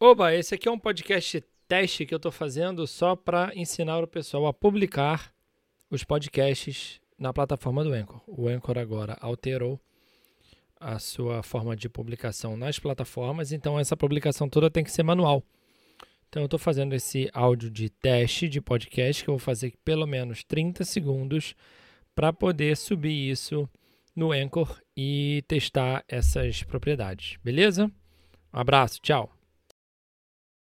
Oba, esse aqui é um podcast teste que eu estou fazendo só para ensinar o pessoal a publicar os podcasts na plataforma do Anchor. O Anchor agora alterou a sua forma de publicação nas plataformas, então essa publicação toda tem que ser manual. Então eu estou fazendo esse áudio de teste de podcast que eu vou fazer pelo menos 30 segundos para poder subir isso no Anchor e testar essas propriedades, beleza? Um abraço, tchau!